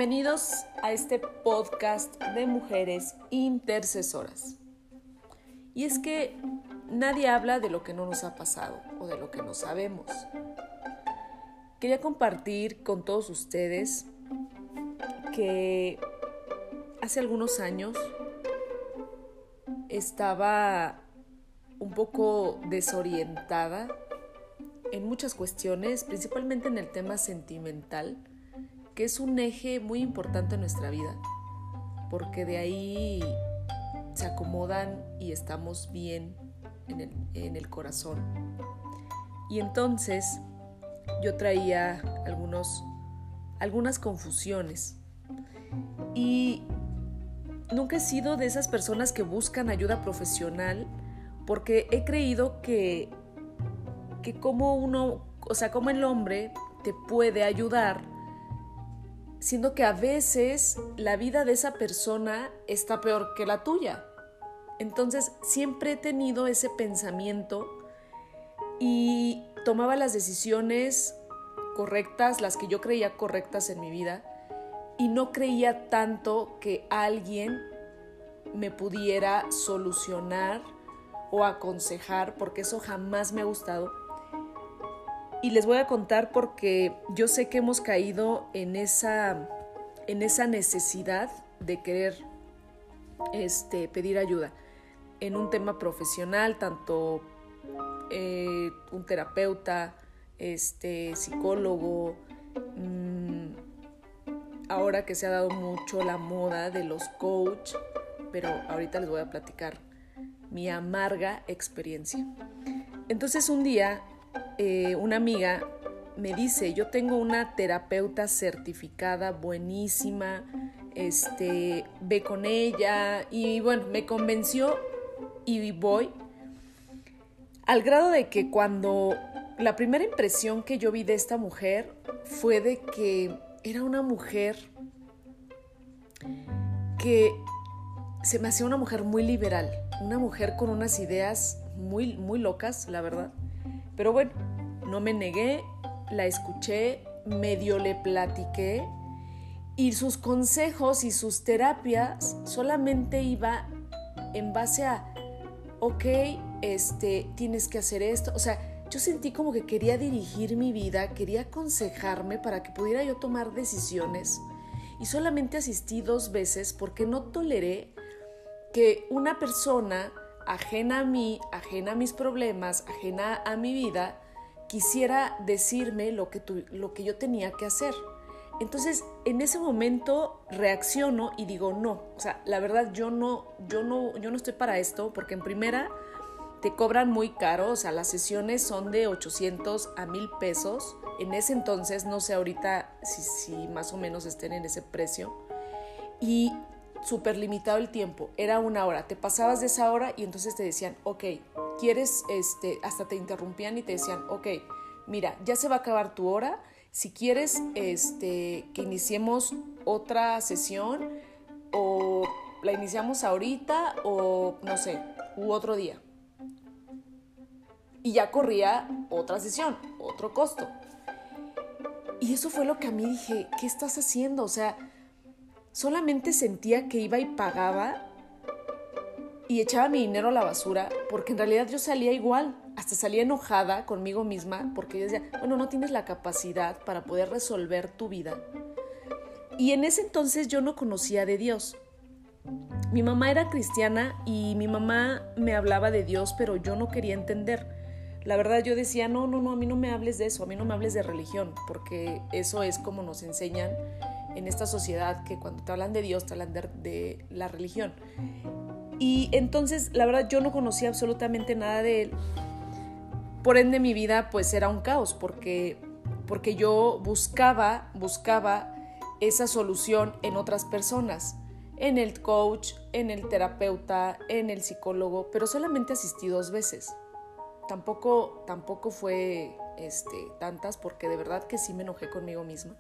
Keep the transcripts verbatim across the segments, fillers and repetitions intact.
Bienvenidos a este podcast de mujeres intercesoras. Y es que nadie habla de lo que no nos ha pasado o de lo que no sabemos. Quería compartir con todos ustedes que hace algunos años estaba un poco desorientada en muchas cuestiones, principalmente en el tema sentimental, que es un eje muy importante en nuestra vida, porque de ahí se acomodan y estamos bien en el, en el corazón. Y entonces yo traía algunos, algunas confusiones y nunca he sido de esas personas que buscan ayuda profesional, porque he creído que, que como uno, o sea, como el hombre te puede ayudar, siendo que a veces la vida de esa persona está peor que la tuya. Entonces siempre he tenido ese pensamiento y tomaba las decisiones correctas, las que yo creía correctas en mi vida, y no creía tanto que alguien me pudiera solucionar o aconsejar, porque eso jamás me ha gustado. Y les voy a contar porque yo sé que hemos caído en esa, en esa necesidad de querer este, pedir ayuda en un tema profesional, tanto eh, un terapeuta, este, psicólogo, mmm, ahora que se ha dado mucho la moda de los coach, pero ahorita les voy a platicar mi amarga experiencia. Entonces un día Eh, una amiga me dice, yo tengo una terapeuta certificada buenísima, este, ve con ella, y bueno, me convenció y voy, al grado de que cuando la primera impresión que yo vi de esta mujer fue de que era una mujer que se me hacía una mujer muy liberal, una mujer con unas ideas muy, muy locas, la verdad. Pero bueno, no me negué, la escuché, medio le platiqué, y sus consejos y sus terapias solamente iba en base a, ok, este, tienes que hacer esto. O sea, yo sentí como que quería dirigir mi vida, quería aconsejarme para que pudiera yo tomar decisiones, y solamente asistí dos veces porque no toleré que una persona ajena a mí, ajena a mis problemas, ajena a mi vida, quisiera decirme lo que, tu, lo que yo tenía que hacer. Entonces, en ese momento reacciono y digo, no, o sea, la verdad yo no, yo no, yo no estoy para esto, porque en primera te cobran muy caro, o sea, las sesiones son de ochocientos a mil pesos. En ese entonces, no sé ahorita si, si más o menos estén en ese precio. Y súper limitado el tiempo, era una hora, te pasabas de esa hora y entonces te decían, ok, quieres, este, hasta te interrumpían y te decían, ok, mira, ya se va a acabar tu hora, si quieres este, que iniciemos otra sesión, o la iniciamos ahorita, o no sé, u otro día. Y ya corría otra sesión, otro costo. Y eso fue lo que a mí dije, ¿qué estás haciendo? O sea, solamente sentía que iba y pagaba y echaba mi dinero a la basura, porque en realidad yo salía igual, hasta salía enojada conmigo misma, porque yo decía, bueno, no tienes la capacidad para poder resolver tu vida. Y en ese entonces yo no conocía de Dios. Mi mamá era cristiana y mi mamá me hablaba de Dios, pero yo no quería entender. La verdad yo decía, no, no, no, a mí no me hables de eso, a mí no me hables de religión, porque eso es como nos enseñan en esta sociedad, que cuando te hablan de Dios te hablan de, de la religión. Y entonces la verdad yo no conocía absolutamente nada de él. Por ende mi vida pues era un caos, porque, porque yo buscaba, buscaba esa solución en otras personas, en el coach, en el terapeuta, en el psicólogo, pero solamente asistí dos veces. Tampoco, tampoco fue este, tantas, porque de verdad que sí me enojé conmigo misma.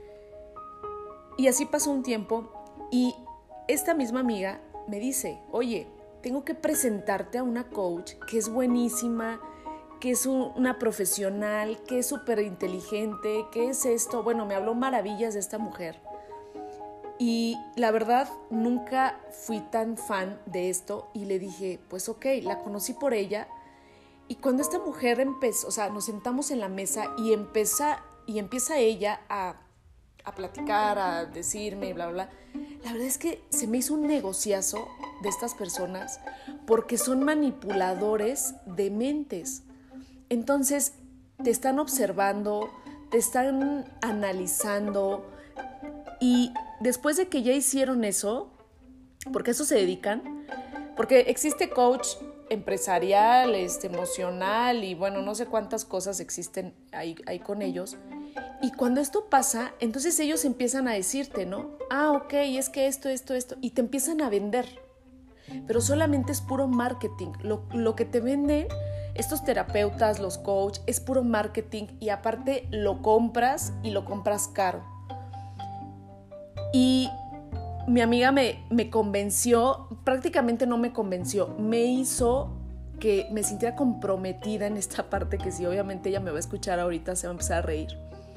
Y así pasó un tiempo y esta misma amiga me dice, oye, tengo que presentarte a una coach que es buenísima, que es un, una profesional, que es súper inteligente, que es esto. Bueno, me habló maravillas de esta mujer. Y la verdad, nunca fui tan fan de esto y le dije, pues ok, la conocí por ella. Y cuando esta mujer empezó, o sea, nos sentamos en la mesa y empieza, y empieza ella a, a platicar, a decirme, bla, bla, bla. La verdad es que se me hizo un negociazo de estas personas porque son manipuladores de mentes. Entonces, te están observando, te están analizando y después de que ya hicieron eso, porque a eso se dedican, porque existe coach empresarial, este, emocional y bueno, no sé cuántas cosas existen ahí, ahí con ellos. Y cuando esto pasa, entonces ellos empiezan a decirte, ¿no? Ah, ok, es que esto, esto, esto, y te empiezan a vender. Pero solamente es puro marketing. Lo, lo que te venden estos terapeutas, los coach, es puro marketing y aparte lo compras y lo compras caro. Y mi amiga me, me convenció, prácticamente no me convenció, me hizo que me sintiera comprometida en esta parte que sí, obviamente ella me va a escuchar ahorita, se va a empezar a reír.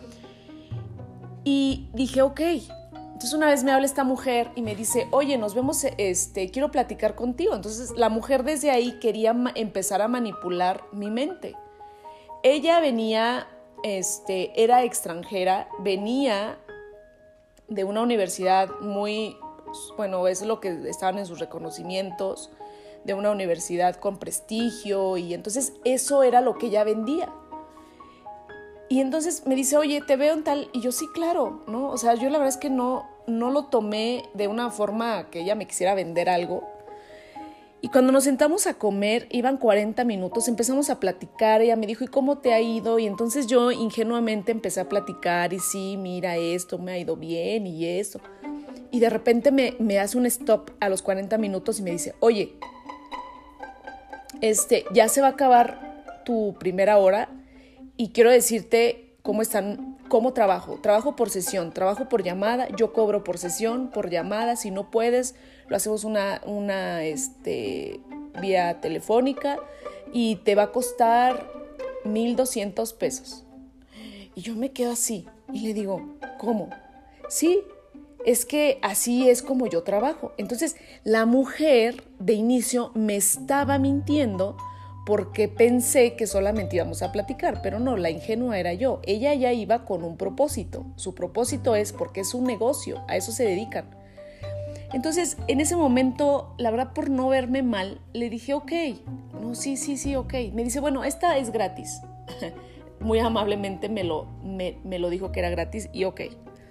Y dije, ok. Entonces una vez me habla esta mujer y me dice, oye, nos vemos, este, quiero platicar contigo. Entonces la mujer desde ahí quería ma- empezar a manipular mi mente. Ella venía, este, era extranjera, venía de una universidad muy, bueno, es lo que estaban en sus reconocimientos, de una universidad con prestigio y entonces eso era lo que ella vendía. Y entonces me dice, oye, te veo en tal, y yo sí, claro, ¿no? O sea, yo la verdad es que no, no lo tomé de una forma que ella me quisiera vender algo. Y cuando nos sentamos a comer, iban cuarenta minutos, empezamos a platicar, ella me dijo, ¿y cómo te ha ido? Y entonces yo ingenuamente empecé a platicar, y sí, mira esto, me ha ido bien, y eso. Y de repente me, me hace un stop a los cuarenta minutos y me dice, oye, este, ya se va a acabar tu primera hora, y quiero decirte cómo están, cómo trabajo. Trabajo por sesión, trabajo por llamada, yo cobro por sesión, por llamada. Si no puedes, lo hacemos una, una este, vía telefónica y te va a costar mil doscientos pesos. Y yo me quedo así y le digo, ¿cómo? Sí, es que así es como yo trabajo. Entonces, la mujer de inicio me estaba mintiendo porque pensé que solamente íbamos a platicar, pero no, la ingenua era yo. Ella ya iba con un propósito. Su propósito es porque es un negocio, a eso se dedican. Entonces, en ese momento, la verdad, por no verme mal, le dije, ok, no, sí, sí, sí, ok. Me dice, bueno, esta es gratis. Muy amablemente me lo, me, me lo dijo que era gratis y ok.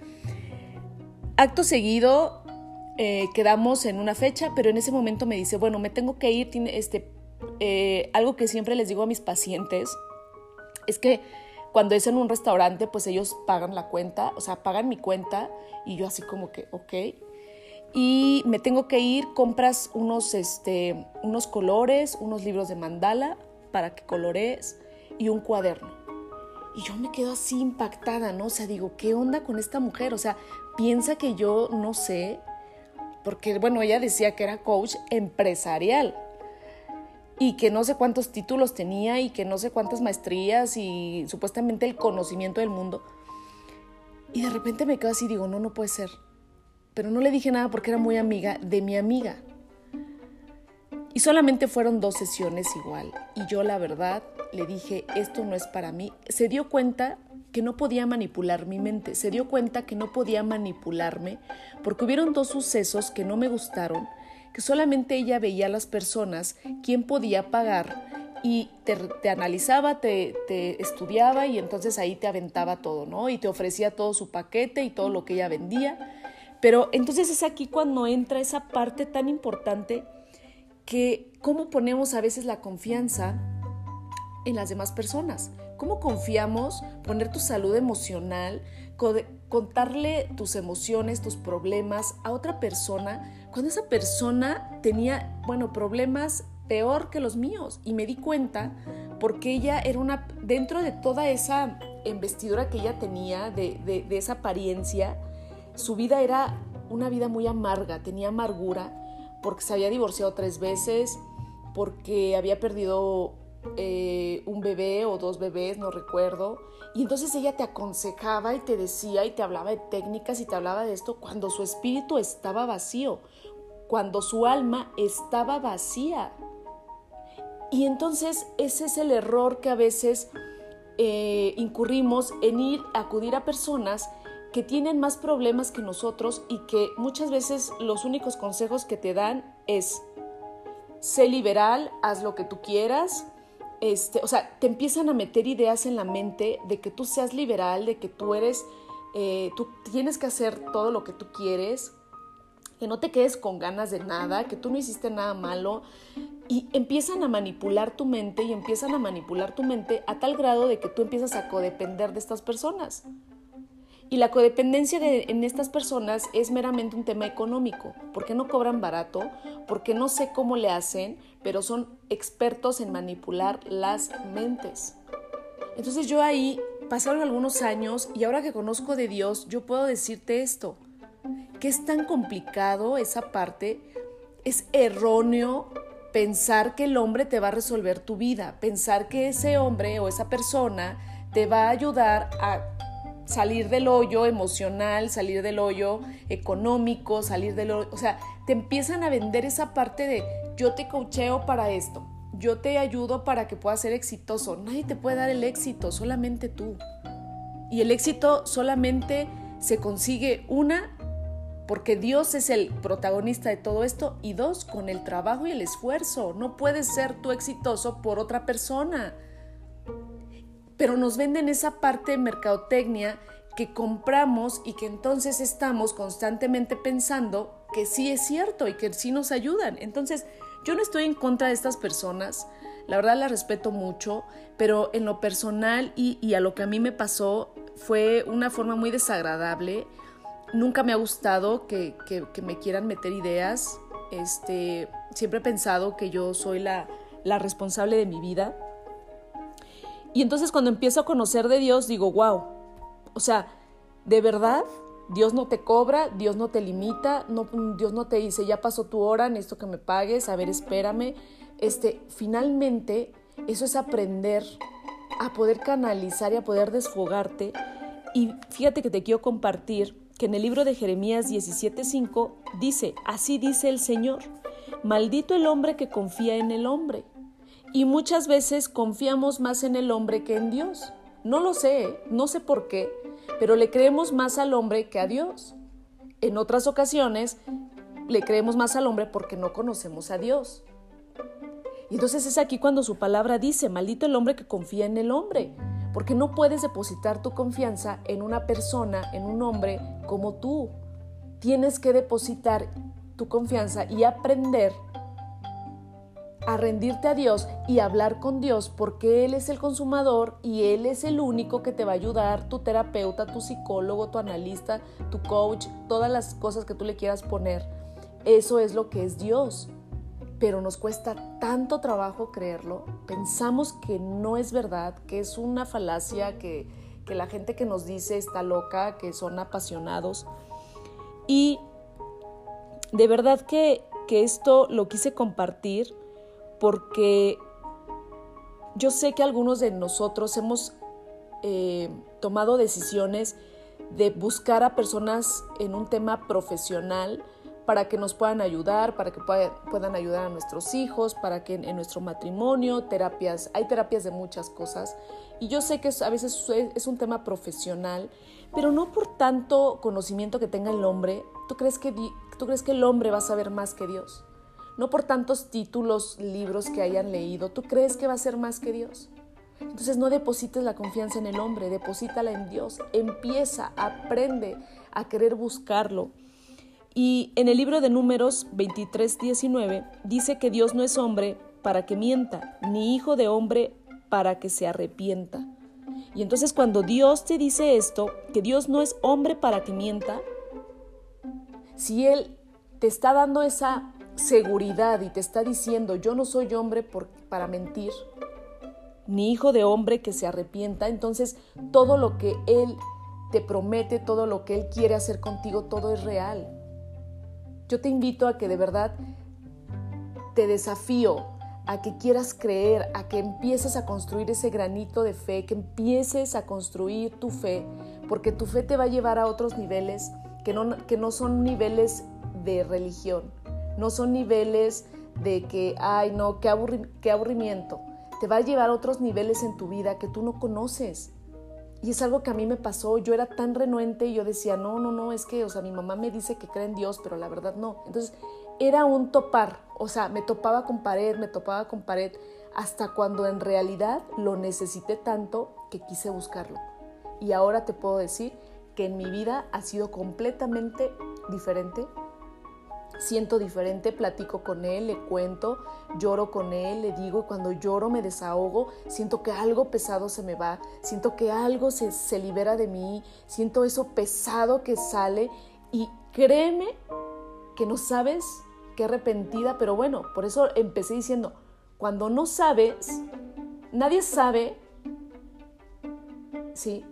Acto seguido, eh, quedamos en una fecha, pero en ese momento me dice, bueno, me tengo que ir, tiene este... Eh, algo que siempre les digo a mis pacientes es que cuando es en un restaurante pues ellos pagan la cuenta, o sea, pagan mi cuenta y yo así como que ok, y me tengo que ir, compras unos, este, unos colores, unos libros de mandala para que colorees y un cuaderno. Y yo me quedo así impactada, ¿no? O sea, digo, ¿qué onda con esta mujer? O sea, piensa que yo no sé, porque bueno, ella decía que era coach empresarial y que no sé cuántos títulos tenía y que no sé cuántas maestrías y supuestamente el conocimiento del mundo. Y de repente me quedo así y digo, no, no puede ser. Pero no le dije nada porque era muy amiga de mi amiga. Y solamente fueron dos sesiones igual. Y yo la verdad le dije, esto no es para mí. Se dio cuenta que no podía manipular mi mente. Se dio cuenta que no podía manipularme porque hubieron dos sucesos que no me gustaron, que solamente ella veía a las personas, quién podía pagar y te, te analizaba, te, te estudiaba y entonces ahí te aventaba todo, ¿no? Y te ofrecía todo su paquete y todo lo que ella vendía. Pero entonces es aquí cuando entra esa parte tan importante que cómo ponemos a veces la confianza en las demás personas. ¿Cómo confiamos poner tu salud emocional, contarle tus emociones, tus problemas a otra persona cuando esa persona tenía, bueno, problemas peor que los míos? Y me di cuenta porque ella era una, dentro de toda esa investidura que ella tenía, de, de, de esa apariencia, su vida era una vida muy amarga, tenía amargura porque se había divorciado tres veces, porque había perdido eh, un bebé o dos bebés, no recuerdo, y entonces ella te aconsejaba y te decía y te hablaba de técnicas y te hablaba de esto cuando su espíritu estaba vacío, cuando su alma estaba vacía. Y entonces ese es el error que a veces eh, incurrimos en ir a acudir a personas que tienen más problemas que nosotros y que muchas veces los únicos consejos que te dan es: sé liberal, haz lo que tú quieras. Este, o sea, te empiezan a meter ideas en la mente de que tú seas liberal, de que tú eres, eh, tú tienes que hacer todo lo que tú quieres, que no te quedes con ganas de nada, que tú no hiciste nada malo, y empiezan a manipular tu mente y empiezan a manipular tu mente a tal grado de que tú empiezas a codepender de estas personas. Y la codependencia de, en estas personas es meramente un tema económico, porque no cobran barato, porque no sé cómo le hacen, pero son expertos en manipular las mentes. Entonces yo ahí pasaron algunos años y ahora que conozco de Dios, yo puedo decirte esto, que es tan complicado esa parte, es erróneo pensar que el hombre te va a resolver tu vida, pensar que ese hombre o esa persona te va a ayudar a salir del hoyo emocional, salir del hoyo económico, salir del hoyo, o sea, te empiezan a vender esa parte de yo te coacheo para esto, yo te ayudo para que puedas ser exitoso. Nadie te puede dar el éxito, solamente tú. Y el éxito solamente se consigue, una, porque Dios es el protagonista de todo esto, y dos, con el trabajo y el esfuerzo. No puedes ser tú exitoso por otra persona. Pero nos venden esa parte de mercadotecnia que compramos y que entonces estamos constantemente pensando que sí es cierto y que sí nos ayudan. Entonces, yo no estoy en contra de estas personas, la verdad las respeto mucho, pero en lo personal y, y a lo que a mí me pasó fue una forma muy desagradable. Nunca me ha gustado que, que, que me quieran meter ideas. Este, siempre he pensado que yo soy la, la responsable de mi vida. Y entonces cuando empiezo a conocer de Dios, digo, wow, o sea, de verdad, Dios no te cobra, Dios no te limita, no, Dios no te dice, ya pasó tu hora, necesito que me pagues, a ver, espérame. Este, finalmente, eso es aprender a poder canalizar y a poder desfogarte. Y fíjate que te quiero compartir que en el libro de Jeremías diecisiete cinco dice, así dice el Señor, maldito el hombre que confía en el hombre. Y muchas veces confiamos más en el hombre que en Dios. No lo sé, no sé por qué, pero le creemos más al hombre que a Dios. En otras ocasiones le creemos más al hombre porque no conocemos a Dios. Y entonces es aquí cuando su palabra dice, maldito el hombre que confía en el hombre, porque no puedes depositar tu confianza en una persona, en un hombre como tú. Tienes que depositar tu confianza y aprender a rendirte a Dios y hablar con Dios, porque Él es el consumador y Él es el único que te va a ayudar, tu terapeuta, tu psicólogo, tu analista, tu coach, todas las cosas que tú le quieras poner. Eso es lo que es Dios. Pero nos cuesta tanto trabajo creerlo. Pensamos que no es verdad, que es una falacia, que, que la gente que nos dice está loca, que son apasionados. Y de verdad que, que esto lo quise compartir porque yo sé que algunos de nosotros hemos eh, tomado decisiones de buscar a personas en un tema profesional para que nos puedan ayudar, para que puedan, puedan ayudar a nuestros hijos, para que en, en nuestro matrimonio, terapias, hay terapias de muchas cosas. Y yo sé que es, a veces es, es un tema profesional, pero no por tanto conocimiento que tenga el hombre. ¿Tú crees que, tú crees que el hombre va a saber más que Dios? No por tantos títulos, libros que hayan leído. ¿Tú crees que va a ser más que Dios? Entonces no deposites la confianza en el hombre, deposítala en Dios. Empieza, aprende a querer buscarlo. Y en el libro de Números veintitrés diecinueve dice que Dios no es hombre para que mienta, ni hijo de hombre para que se arrepienta. Y entonces cuando Dios te dice esto, que Dios no es hombre para que mienta, si Él te está dando esa seguridad y te está diciendo, yo no soy hombre por, para mentir, ni hijo de hombre que se arrepienta, entonces todo lo que Él te promete, todo lo que Él quiere hacer contigo, todo es real. Yo te invito a que de verdad te desafío a que quieras creer, a que empieces a construir ese granito de fe, que empieces a construir tu fe, porque tu fe te va a llevar a otros niveles que no, que no son niveles de religión, no son niveles de que, ay no, qué, aburri- qué aburrimiento. Te va a llevar a otros niveles en tu vida que tú no conoces. Y es algo que a mí me pasó. Yo era tan renuente y yo decía, no, no, no, es que, o sea, mi mamá me dice que cree en Dios, pero la verdad no. Entonces, era un topar. O sea, me topaba con pared, me topaba con pared, hasta cuando en realidad lo necesité tanto que quise buscarlo. Y ahora te puedo decir que en mi vida ha sido completamente diferente. Siento diferente, platico con él, le cuento, lloro con él, le digo, y cuando lloro me desahogo, siento que algo pesado se me va, siento que algo se, se libera de mí, siento eso pesado que sale y créeme que no sabes qué arrepentida, pero bueno, por eso empecé diciendo, cuando no sabes, nadie sabe, sí,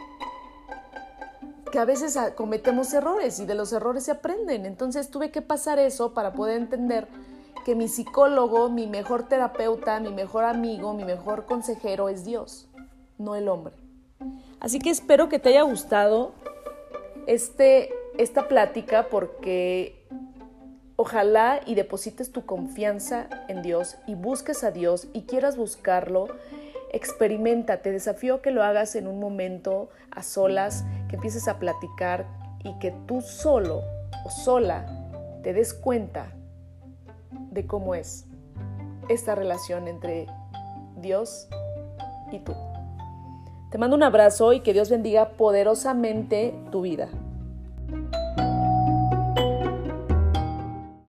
que a veces cometemos errores y de los errores se aprenden. Entonces tuve que pasar eso para poder entender que mi psicólogo, mi mejor terapeuta, mi mejor amigo, mi mejor consejero es Dios, no el hombre. Así que espero que te haya gustado este, esta plática, porque ojalá y deposites tu confianza en Dios y busques a Dios y quieras buscarlo. Experimenta, te desafío a que lo hagas en un momento a solas, que empieces a platicar y que tú solo o sola te des cuenta de cómo es esta relación entre Dios y tú. Te mando un abrazo y que Dios bendiga poderosamente tu vida.